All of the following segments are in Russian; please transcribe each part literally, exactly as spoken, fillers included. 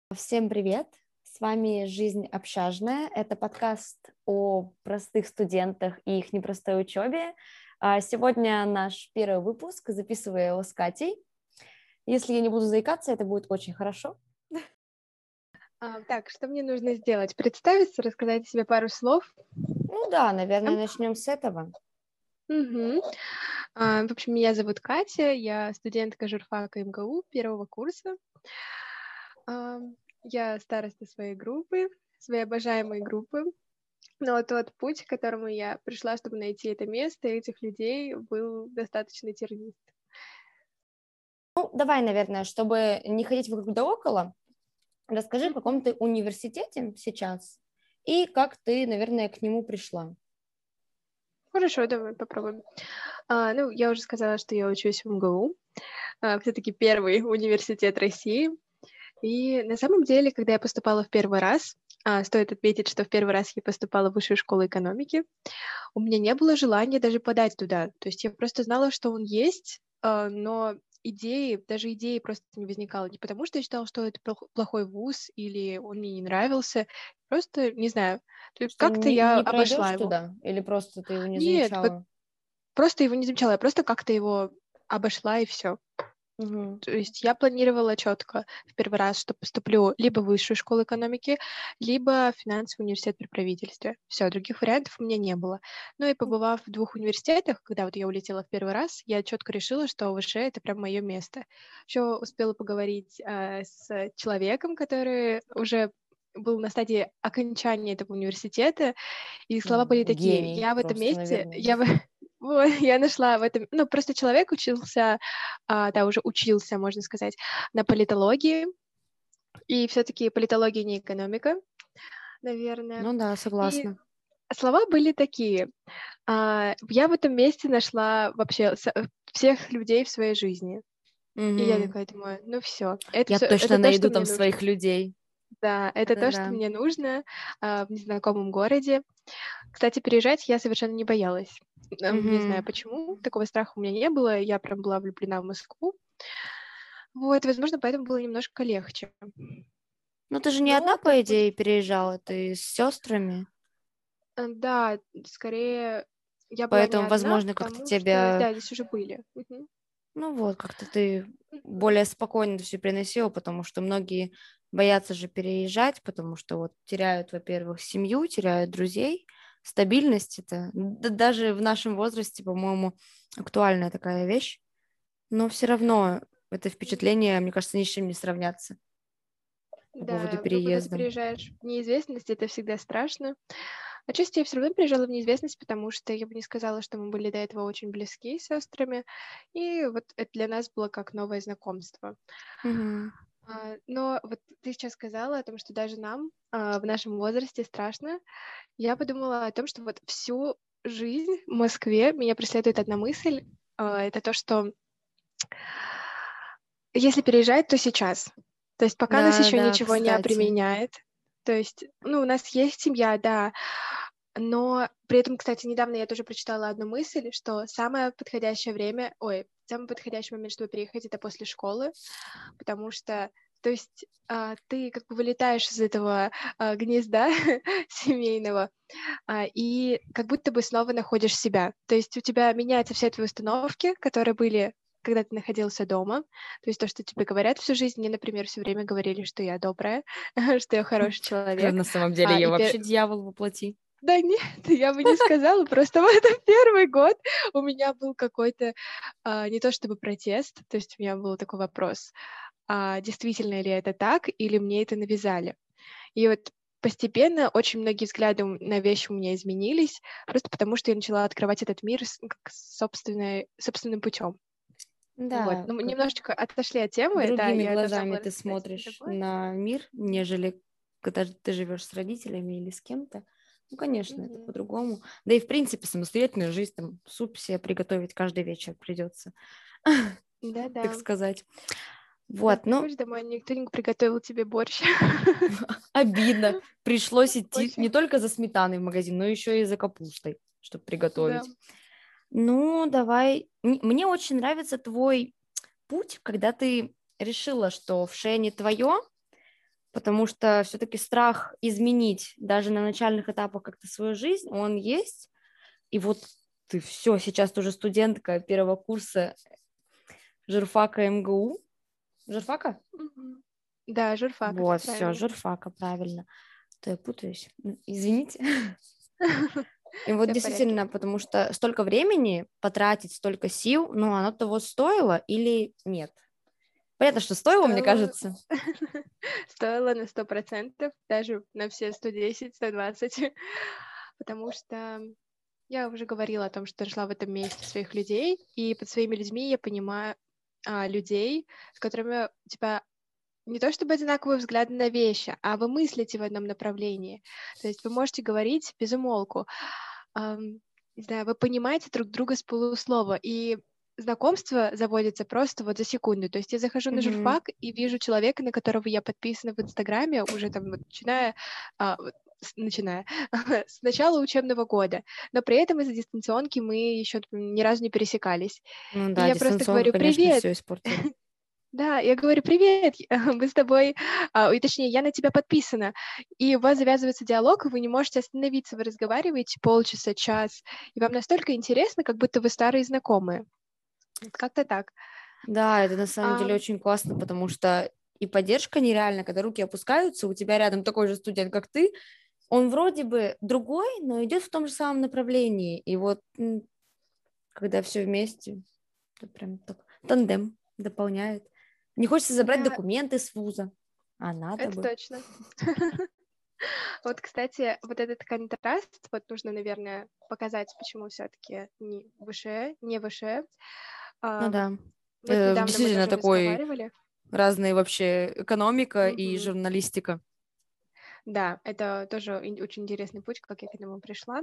Всем привет! С вами «Жизнь общажная». Это подкаст о простых студентах и их непростой учебе. А Сегодня наш первый выпуск, записываю его с Катей. Если я не буду заикаться, это будет очень хорошо. А, так, что мне нужно сделать? Представиться, рассказать о себе пару слов? Ну да, наверное, начнем с этого. Угу. А, в общем, меня зовут Катя, я студентка журфака эм гэ у первого курса. А, я староста своей группы, своей обожаемой группы. Но тот путь, к которому я пришла, чтобы найти это место и этих людей, был достаточно тернист. Ну, давай, наверное, чтобы не ходить вокруг да около, расскажи, в каком ты университете сейчас и как ты, наверное, к нему пришла. Хорошо, давай попробуем. А, ну, я уже сказала, что я учусь в эм гэ у, а, все-таки первый университет России. И на самом деле, когда я поступала в первый раз, а, стоит отметить, что в первый раз я поступала в высшую школу экономики, у меня не было желания даже подать туда. То есть я просто знала, что он есть, а, но идеи, даже идеи просто не возникало. Не потому что я считала, что это плох- плохой вуз или он мне не нравился. Просто, не знаю, то есть Что как-то не, я не обошла пройдешь его. туда или просто ты его не Нет, вот замечала? просто его не замечала, я просто как-то его обошла и все. Угу. То есть я планировала четко в первый раз, что поступлю либо в высшую школу экономики, либо в финансовый университет при правительстве. Все, других вариантов у меня не было. Ну и побывав в двух университетах, когда вот я улетела в первый раз, я четко решила, что ВШ — это прям мое место. Еще успела поговорить э, с человеком, который уже был на стадии окончания этого университета, и слова были такие: Гений я в этом просто, месте, наверное. я в вот, я нашла в этом, ну, просто человек учился, а, да, уже учился, можно сказать, на политологии, и все-таки политология не экономика, наверное. Ну да, И согласна. слова были такие: а, я в этом месте нашла вообще со- э, всех людей в своей жизни. И я Мгм. такая думаю, ну все, это Я все, точно это то, что найду там мне нужно. своих людей. Да, это то, что Да-да-да. мне нужно а, в незнакомом городе. Кстати, переезжать я совершенно не боялась. Эм, Не знаю Мгм. почему, такого страха у меня не было. Я прям была влюблена в Москву. Вот, возможно, поэтому было немножко легче. Ну ты же не одна, Но тот по путь, идее, переезжала, ты с сестрами, э, да, скорее я была не поэтому, одна, возможно, как-то потому что, тебя, да, здесь уже были. Мгм. ну вот, как-то ты Мгм. более спокойно это все переносила, потому что многие боятся же переезжать, потому что вот теряют, во-первых, семью, теряют друзей, стабильность это, да даже в нашем возрасте, по-моему, актуальная такая вещь, но все равно это впечатление, мне кажется, ни с чем не сравнятся по поводу Да, ну когда ты переезда. переезжаешь в неизвестность, это всегда страшно. Отчасти я все равно переезжала в неизвестность, потому что я бы не сказала, что мы были до этого очень близки с сестрами, и вот это для нас было как новое знакомство. Мгм. А, но вот ты сейчас сказала о том, что даже нам, а, в нашем возрасте страшно. Я подумала о том, что вот всю жизнь в Москве меня преследует одна мысль. а, Это то, что если переезжать, то сейчас. То есть пока нас Да, еще да, ничего не кстати. обременяет. То есть, ну, у нас есть семья, да, но при этом, кстати, недавно я тоже прочитала одну мысль, что самое подходящее время, ой, самый подходящий момент, чтобы переехать, это после школы, потому что, то есть, а, ты как бы вылетаешь из этого а, гнезда семейного, а, и как будто бы снова находишь себя. То есть у тебя меняются все твои установки, которые были, когда ты находился дома. То есть то, что тебе говорят всю жизнь. Мне, например, все время говорили, что я добрая, что я хороший Когда человек. на самом деле А, я и пер- вообще дьявол воплоти. Да нет, я бы не сказала, просто в этот первый год у меня был какой-то, а, не то чтобы протест, то есть у меня был такой вопрос, а действительно ли это так, или мне это навязали. И вот постепенно очень многие взгляды м- на вещи у меня изменились, просто потому что я начала открывать этот мир с- как собственной, собственным путем. Вот. Да, Ну, мы как немножечко отошли от темы, да, другими я должна глазами была ты рассказать о смотришь другое. на мир, Мгм. нежели когда ж- ты живешь с родителями или с кем-то. Ну, конечно, это Мгм. по-другому. Да и, в принципе, самостоятельную жизнь, там, суп себе приготовить каждый вечер придется, Да-да. так сказать. Да, Вот, ну, приходишь домой, никто не приготовил тебе борщ. обидно. Пришлось идти не Очень, только за сметаной в магазин, но еще и за капустой, чтобы да. приготовить. Ну, давай. М- Мне очень нравится твой путь, когда ты решила, что в шее не твое, потому что все-таки страх изменить даже на начальных этапах как-то свою жизнь, он есть, и вот ты все, сейчас ты уже студентка первого курса журфака эм гэ у. Журфака? Мгм. Да, журфак, все Вот, все, правильно. журфака, правильно. То я путаюсь. М, Извините. И вот Все в порядке. действительно, потому что столько времени потратить, столько сил, ну, оно того стоило или нет? Понятно, что стоило, мне Стоило кажется. стоило на сто процентов, даже на все сто десять, сто двадцать, потому что я уже говорила о том, что нашла в этом месте своих людей, и под своими людьми я понимаю а, людей, с которыми у тебя не то чтобы одинаковые взгляды на вещи, а вы мыслите в одном направлении. То есть вы можете говорить без умолку. Ам, не знаю, вы понимаете друг друга с полуслова, и знакомство заводится просто вот за секунду. То есть я захожу на Мгм. журфак и вижу человека, на которого я подписана в Инстаграме, уже там вот начиная, а, вот с- начиная с начала учебного года, но при этом из-за дистанционки мы еще ни разу не пересекались. Ну И да, я просто дистанционка, говорю: конечно, «Привет!» все испортила. Да, я говорю: «Привет, мы с тобой, а, и точнее, я на тебя подписана». И у вас завязывается диалог, и вы не можете остановиться. Вы разговариваете полчаса, час, и вам настолько интересно, как будто вы старые знакомые. Вот как-то так. Да, это на самом деле Ам, очень классно, потому что и поддержка нереальна, когда руки опускаются, у тебя рядом такой же студент, как ты, он вроде бы другой, но идет в том же самом направлении. И вот м, когда все вместе, это прям так тандем дополняет. Не хочется забрать да, документы с вуза, а надо это бы. точно. Вот, кстати, вот этот контраст, вот нужно, наверное, показать, почему все таки не выше, не выше. Ну Ам, да. вот Это недавно мы действительно тоже такой разговаривали. разные вообще экономика и Мгм. журналистика. Да, это тоже ин очень интересный путь, как я к этому пришла.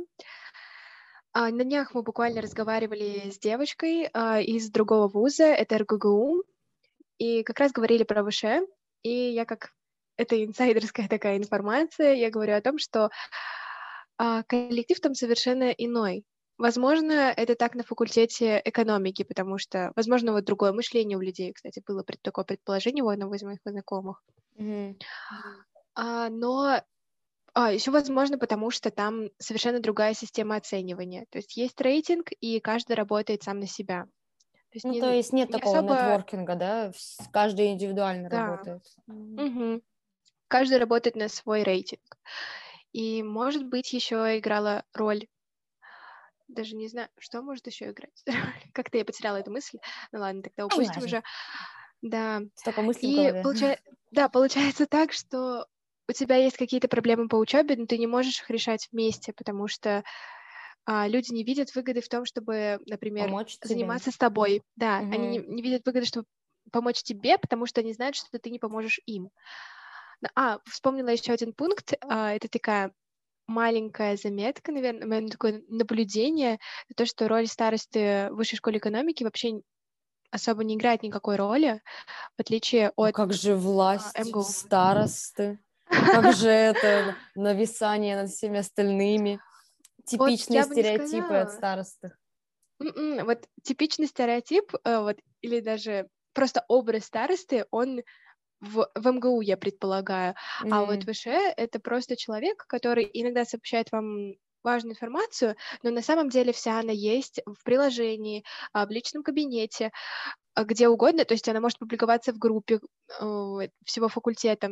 А, на днях мы буквально разговаривали с девочкой, а, из другого вуза, это эр гэ гэ у, и как раз говорили про вэ ш э. И я как это инсайдерская такая информация, я говорю о том, что, а, коллектив там совершенно иной. Возможно, это так на факультете экономики, потому что, возможно, вот другое мышление у людей, кстати, было пред такое предположение у одного из моих знакомых. Мгм. А, но А, еще, возможно, потому что там совершенно другая система оценивания. То есть есть рейтинг, и каждый работает сам на себя. То есть Ну, то не, есть нет не такого особо... нетворкинга, да? Вс- Каждый индивидуально Да. работает. М. Мгм. Каждый работает на свой рейтинг. И, может быть, еще играла роль, даже не знаю, что может еще играть. Как-то я потеряла эту мысль. Ну ладно, тогда Не упустим важно. уже. Да. Столько мыслей в И голове. получа... да, получается так, что у тебя есть какие-то проблемы по учебе, но ты не можешь их решать вместе, потому что а, люди не видят выгоды в том, чтобы, например, Помочь тебе. заниматься с тобой. Да, они не, Мгм. не видят выгоды, чтобы помочь тебе, потому что они знают, что ты не поможешь им. Н- А, вспомнила еще один пункт. а, Это такая маленькая заметка, наверное, такое наблюдение, то, что роль старосты в высшей школе экономики вообще н- особо не играет никакой роли, в отличие А от как же а, власть эм гэ у. старосты? Как же это нависание над всеми остальными? Вот Типичные я бы не стереотипы от сказала. старостых. М-м, вот типичный стереотип, э, вот, или даже просто образ старосты, он в в эм гэ у, я предполагаю. А вот М. вэ ш э- это просто человек, который иногда сообщает вам важную информацию, но на самом деле вся она есть в приложении, а, в личном кабинете, а, где угодно. То есть она может публиковаться в группе, э, всего факультета.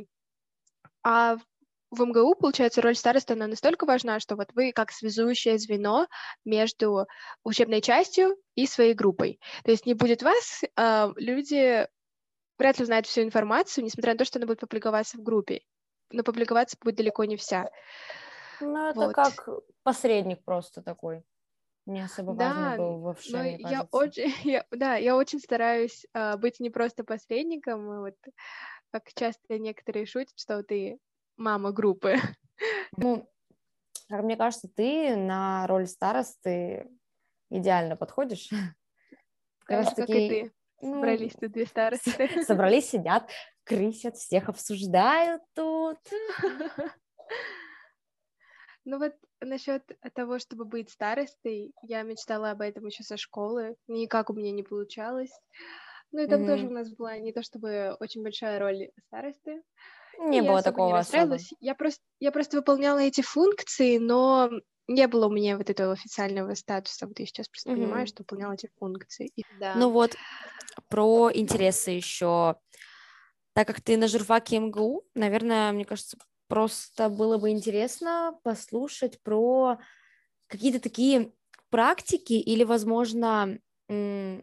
А в эм гэ у, получается, роль старосты, она настолько важна, что вот вы как связующее звено между учебной частью и своей группой. То есть не будет вас, а, люди вряд ли узнают всю информацию, несмотря на то, что она будет публиковаться в группе. Но публиковаться будет далеко не вся. Ну, это Вот. как посредник просто такой. Не особо важный Да, был но вообще, мне я кажется. очень, я, да, я очень стараюсь а, быть не просто посредником, а вот как часто некоторые шутят, что ты мама группы. Ну, как мне кажется, ты на роль старосты идеально подходишь. Как Так раз же, как и таки, ты. ну, Собрались тут две с- старосты. собрались, сидят, крысят, всех обсуждают тут. Ну вот насчет того, чтобы быть старостой, я мечтала об этом еще со школы. Никак у меня не получалось. Ну и там тоже у Мгм. нас была не то чтобы очень большая роль старосты. Не И я было особо не такого особо. расстраивалась. Я просто, я просто выполняла эти функции, но не было у меня вот этого официального статуса. Вот я сейчас просто понимаю, Мгм. что выполняла эти функции. И да. Ну вот, про интересы еще. Так как ты на журфаке МГУ, наверное, мне кажется, просто было бы интересно послушать про какие-то такие практики или, возможно, м,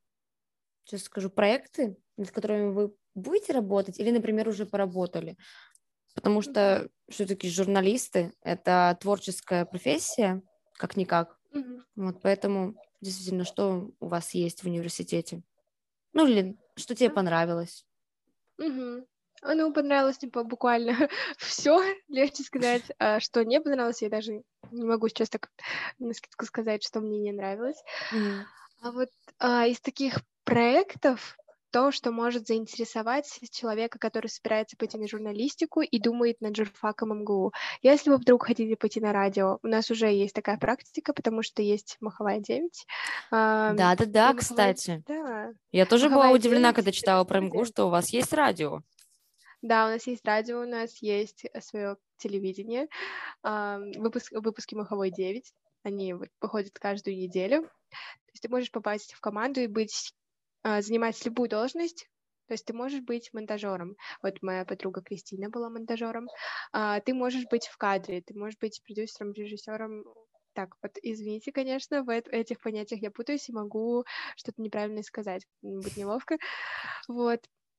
сейчас скажу, проекты, над которыми вы будете работать или, например, уже поработали. Потому Мгм. что все-таки журналисты — это творческая профессия, как-никак. Мгм. Вот поэтому действительно, что у вас есть в университете? Ну или что тебе Да. понравилось? Мгм. А, Ну, понравилось, типа, буквально все. Легче сказать, а, что не понравилось. Я даже не могу сейчас так навскидку сказать, что мне не нравилось. Мгм. А вот а, из таких проектов то, что может заинтересовать человека, который собирается пойти на журналистику и думает над журфаком МГУ. Если вы вдруг хотите пойти на радио, у нас уже есть такая практика, потому что есть Маховая девять. а, Да-да-да, И Маховая... кстати. Да, Я тоже была Маховая удивлена, девять когда это читала про МГУ, студия. что у вас есть радио. Да, у нас есть радио, у нас есть свое телевидение, а, выпуск, выпуски Маховой девять. Они вот выходят каждую неделю. То есть ты можешь попасть в команду и быть, а, занимать любую должность. То есть ты можешь быть монтажером. Вот моя подруга Кристина была монтажером. А, ты можешь быть в кадре, ты можешь быть продюсером, режиссером. Так, вот извините, конечно, в эт- этих понятиях я путаюсь и могу что-то неправильно сказать, м, будет неловко. Вот,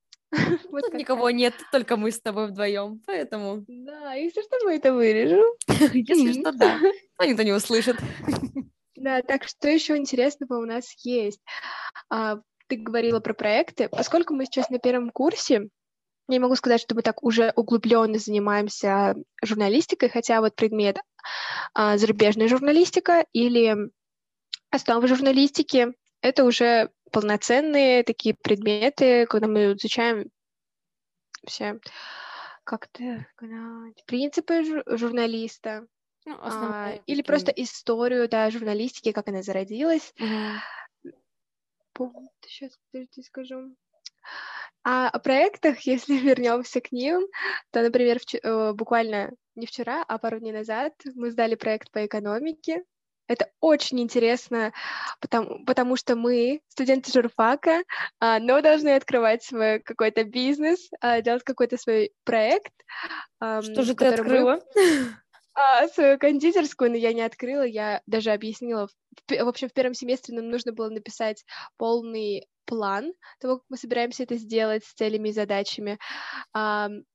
вот Тут как-то никого так. нет, только мы с тобой вдвоем, поэтому, Да, если что, мы это вырежем. если что, да, то никто не услышит. Да, так что еще интересного у нас есть? А, ты говорила про проекты. Поскольку мы сейчас на первом курсе, я не могу сказать, что мы так уже углубленно занимаемся журналистикой, хотя вот предмет а, зарубежная журналистика или основы журналистики — это уже полноценные такие предметы, когда мы изучаем все как-то сказать, принципы жу- журналиста, Ну, а, основные или просто такие. историю, да, журналистики, как она зародилась. Мгм. Сейчас, подожди, скажу. А о проектах, если вернемся к ним, то, например, вч- э, буквально не вчера, а пару дней назад мы сдали проект по экономике. Это очень интересно, потому, потому что мы, студенты журфака, а, но должны открывать свой какой-то бизнес, а, делать какой-то свой проект, Что ам, же в ты котором мы открыла? а, свою кондитерскую, но я не открыла, я даже объяснила. В, пе- в общем, в первом семестре нам нужно было написать полный план того, как мы собираемся это сделать с целями и задачами. Ам,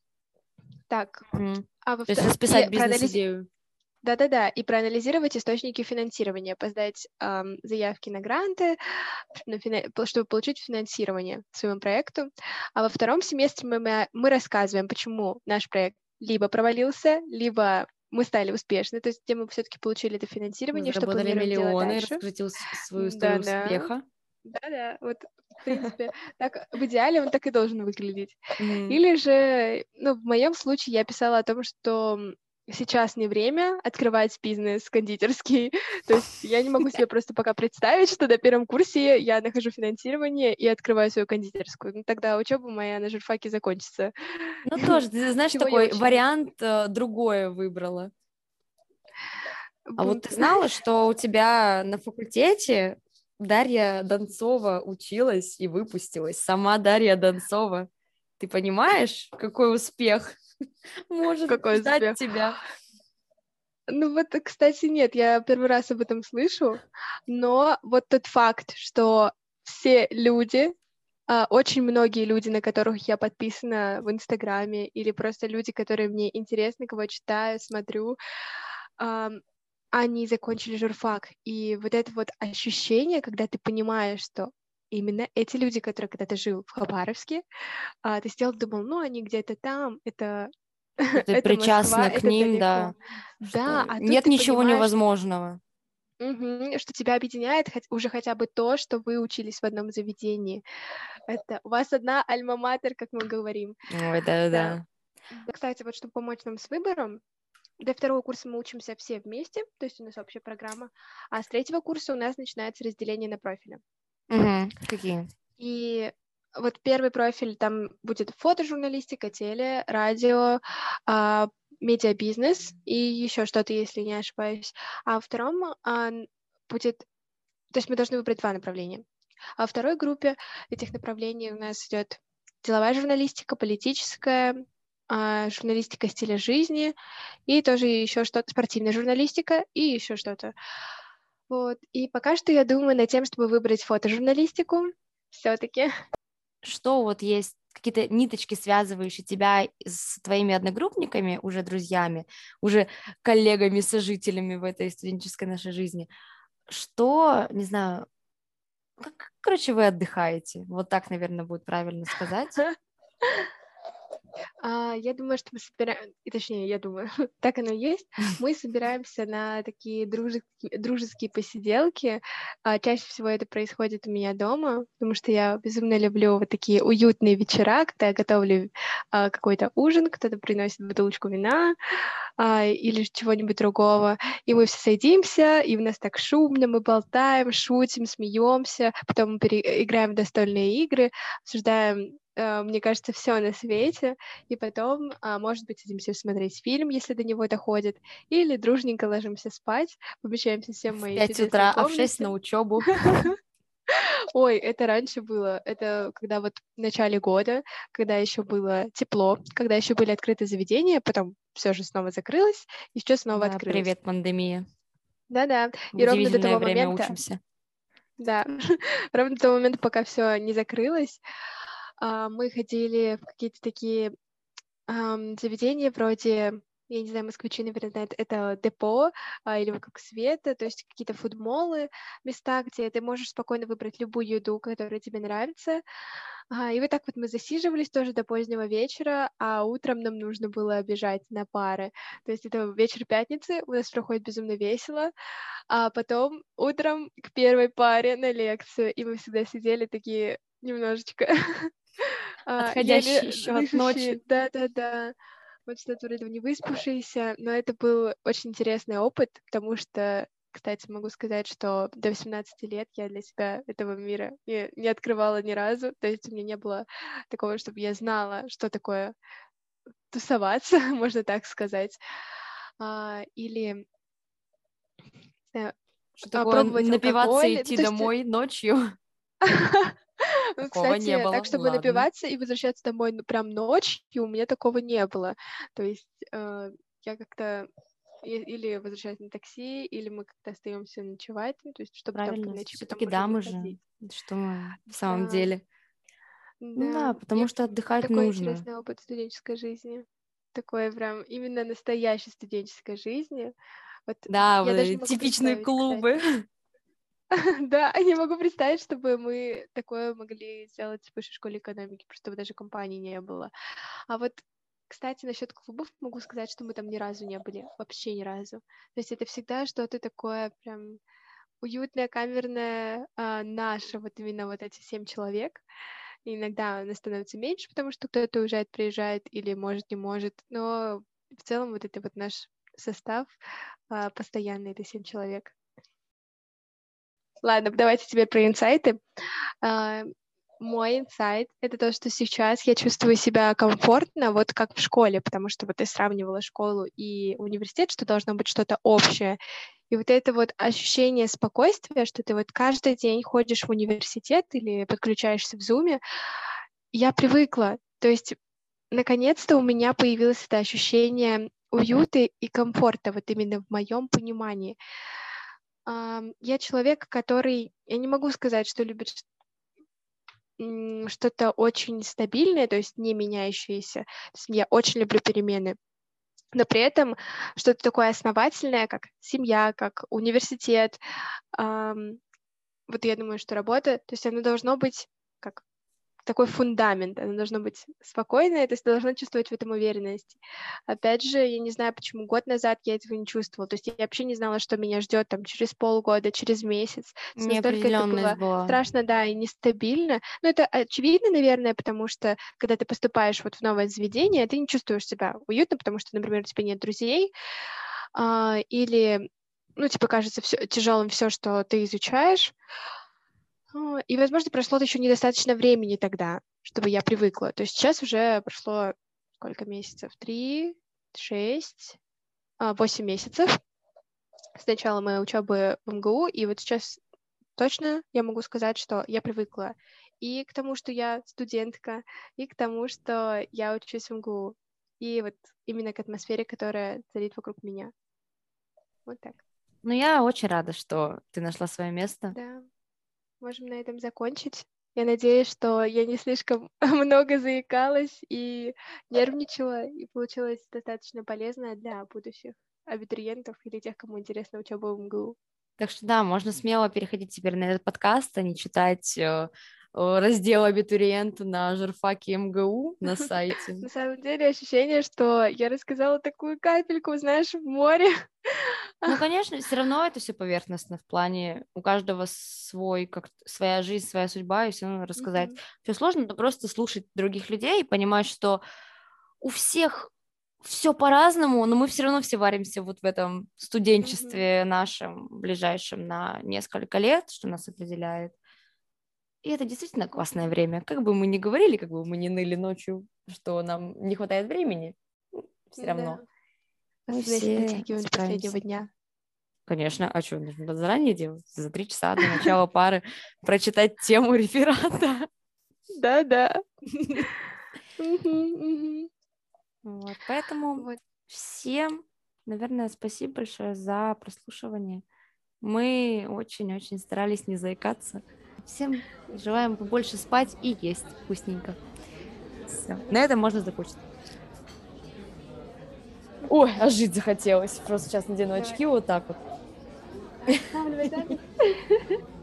так, Мгм. а во То есть втором... И расписать проанализи... бизнес-идею. Да-да-да, и проанализировать источники финансирования, поздать ам, заявки на гранты, на фина- по- чтобы получить финансирование своему проекту. А во втором семестре мы, мы мы рассказываем, почему наш проект либо провалился, либо мы стали успешны, то есть где мы все-таки получили это Вы финансирование, что заработали планируем делать миллионы, дальше. расскажите ус- свою историю Да-да, успеха. да-да, вот в принципе, так в идеале он так и должен выглядеть. Мгм. Или же, ну, в моем случае я писала о том, что м, сейчас не время открывать бизнес кондитерский. То есть я не могу себе просто пока представить, что на первом курсе я нахожу финансирование и открываю свою кондитерскую. Ну, тогда учеба моя на журфаке закончится. Ну, тоже, ты знаешь, Чего я такой очень не вариант хочу. э, другое выбрала. А вот Бум. ты знала, что у тебя на факультете Дарья Донцова училась и выпустилась? Сама Дарья Донцова. Ты понимаешь, какой успех может Какой ждать успех. тебя? Ну вот, кстати, нет, я первый раз об этом слышу, но вот тот факт, что все люди, а, очень многие люди, на которых я подписана в Инстаграме, или просто люди, которые мне интересны, кого читаю, смотрю, ам, они закончили журфак. И вот это вот ощущение, когда ты понимаешь, что именно эти люди, которые когда-то жил в Хабаровске, а, ты сидел, думал, ну, они где-то там, это, Что ты это Москва, причастна к это ним, далеко. да, Да, что а тут нет ты ничего понимаешь, невозможного. мгм, что тебя объединяет хоть- уже хотя бы то, что вы учились в одном заведении. Это у вас одна альма-матер, как мы говорим. Ой, Да. да-да-да. Да, кстати, вот чтобы помочь нам с выбором, до второго курса мы учимся все вместе, то есть у нас общая программа, а с третьего курса у нас начинается разделение на профили. Мгм. Какие? И вот первый профиль, там будет фотожурналистика, теле, радио, а, медиабизнес и еще что-то, если не ошибаюсь. А во втором а, будет... То есть мы должны выбрать два направления. А во второй группе этих направлений у нас идет деловая журналистика, политическая, а, журналистика стиля жизни и тоже еще что-то, спортивная журналистика и еще что-то. Вот. И пока что я думаю над тем, чтобы выбрать фотожурналистику все-таки. Что вот есть какие-то ниточки, связывающие тебя с твоими одногруппниками, уже друзьями, уже коллегами, сожителями в этой студенческой нашей жизни? Что, не знаю, как, короче, вы отдыхаете? Вот так, наверное, будет правильно сказать. А, я думаю, что мы собираем, и точнее, я думаю, так оно и есть. Мы собираемся на такие дружеские, дружеские посиделки. А, чаще всего это происходит у меня дома, потому что я безумно люблю вот такие уютные вечера, когда я готовлю а, какой-то ужин, кто-то приносит бутылочку вина а, или чего-нибудь другого, и мы все садимся, и у нас так шумно, мы болтаем, шутим, смеемся, потом мы пере- играем в настольные игры, обсуждаем, мне кажется, все на свете, и потом, может быть, садимся смотреть фильм, если до него доходит, или дружненько ложимся спать, помещаемся все в В моей пять чудесной утра, а в комнате. шесть на учебу. Ой, это раньше было, это когда вот в начале года, когда еще было тепло, когда еще были открыты заведения, потом все же снова закрылось, и сейчас снова Да, открылось. привет, пандемия. Да-да, В и ровно до удивительное того время момента, учимся. да, ровно до того момента, пока все не закрылось, а, мы ходили в какие-то такие ам, заведения вроде, я не знаю, москвичи, наверное, знают, это депо а, или как Света, то есть какие-то фудмолы, места, где ты можешь спокойно выбрать любую еду, которая тебе нравится. А, и вот так вот мы засиживались тоже до позднего вечера, а утром нам нужно было бежать на пары. То есть это вечер пятницы, у нас проходит безумно весело, а потом утром к первой паре на лекцию, и мы всегда сидели такие немножечко а, Отходящий еле еще от дышащие. ночи. Да-да-да. Вот что-то вроде не выспавшиеся, но это был очень интересный опыт, потому что, кстати, могу сказать, что до восемнадцати лет я для себя этого мира не, не открывала ни разу, то есть у меня не было такого, чтобы я знала, что такое тусоваться, можно так сказать, а, или не знаю, Что а, такое пробовать напиваться и алкоголь. Ну, идти то есть домой ночью? ну, Такого не кстати, было, так, чтобы ладно. напиваться и возвращаться домой ну, прям ночью, у меня такого не было. То есть э, я как-то и- или возвращаюсь на такси, или мы как-то остаемся ночевать, ну, то есть чтобы там к Правильно, ночи потом все-таки уже дамы же. выходить. Что мы в самом Да, деле? Ну да. да, И потому что отдыхать такой нужно. интересный опыт студенческой жизни. Такой прям именно настоящей студенческой жизни. Вот Да, я даже вы не могу типичные представить, клубы. кстати. Да, не могу представить, чтобы мы такое могли сделать в высшей школе экономики, просто чтобы даже компании не было. А вот, кстати, насчет клубов могу сказать, что мы там ни разу не были, вообще ни разу. То есть это всегда что-то такое прям уютное, камерное, а, наше, вот именно вот эти семь человек. И иногда нас становится меньше, потому что кто-то уезжает, приезжает или может, не может. Но в целом вот это вот наш состав а, постоянный, это семь человек. Ладно, давайте теперь про инсайты. А, мой инсайт — это то, что сейчас я чувствую себя комфортно, вот как в школе, потому что вот ты сравнивала школу и университет, что должно быть что-то общее. И вот это вот ощущение спокойствия, что ты вот каждый день ходишь в университет или подключаешься в Zoom, я привыкла. То есть, наконец-то у меня появилось это ощущение уюта и комфорта, вот именно в моем понимании. Ам, я человек, который, я не могу сказать, что любит м, что-то очень стабильное, то есть не меняющееся. То есть я очень люблю перемены. Но при этом что-то такое основательное, как семья, как университет, ам, вот я думаю, что работа, то есть оно должно быть как такой фундамент, оно должно быть спокойное, то есть ты должна чувствовать в этом уверенность. Опять же, я не знаю, почему год назад я этого не чувствовала, то есть я вообще не знала, что меня ждет там через полгода, через месяц. То есть настолько это Неопределенность было была. страшно, да, и нестабильно. Но это очевидно, наверное, потому что когда ты поступаешь вот в новое заведение, ты не чувствуешь себя уютно, потому что, например, у тебя нет друзей, а, или ну, тебе кажется всё, тяжелым все, что ты изучаешь. А, И, возможно, прошло еще недостаточно времени тогда. чтобы я привыкла. То есть сейчас уже прошло сколько месяцев? Три, шесть, а, восемь месяцев с начала моей учебы в МГУ, и вот сейчас точно я могу сказать, что я привыкла и к тому, что я студентка, и к тому, что я учусь в МГУ, и вот именно к атмосфере, которая царит вокруг меня. Вот так. Ну, я очень рада, что ты нашла свое место. Да, можем на этом закончить. Я надеюсь, что я не слишком много заикалась и нервничала, и получилось достаточно полезно для будущих абитуриентов или тех, кому интересна учеба в МГУ. Так что да, можно смело переходить теперь на этот подкаст, а не читать э, раздел абитуриента на журфаке МГУ на сайте. На самом деле ощущение, что я рассказала такую капельку, знаешь, в море. Ну, конечно, все равно это все поверхностно в плане у каждого свой, как своя жизнь, своя судьба, и все равно рассказать. Mm-hmm. Все сложно, но просто слушать других людей и понимать, что у всех все по-разному, но мы все равно все варимся вот в этом студенчестве mm-hmm. нашем, ближайшем на несколько лет, что нас определяет. И это действительно классное время. Как бы мы ни говорили, как бы мы ни ныли ночью, что нам не хватает времени, все равно. Да. Мы Особенно если все дотягиваем до последнего дня. Конечно, а что, нужно заранее делать? За три часа до начала пары прочитать тему реферата. Да-да. Вот, поэтому вот. всем, наверное, спасибо большое за прослушивание. Мы очень-очень старались не заикаться. Всем желаем побольше спать и есть вкусненько. Все. На этом можно закончить. Ой, а жить захотелось. Просто сейчас надену очки вот так вот. Останавливай запись.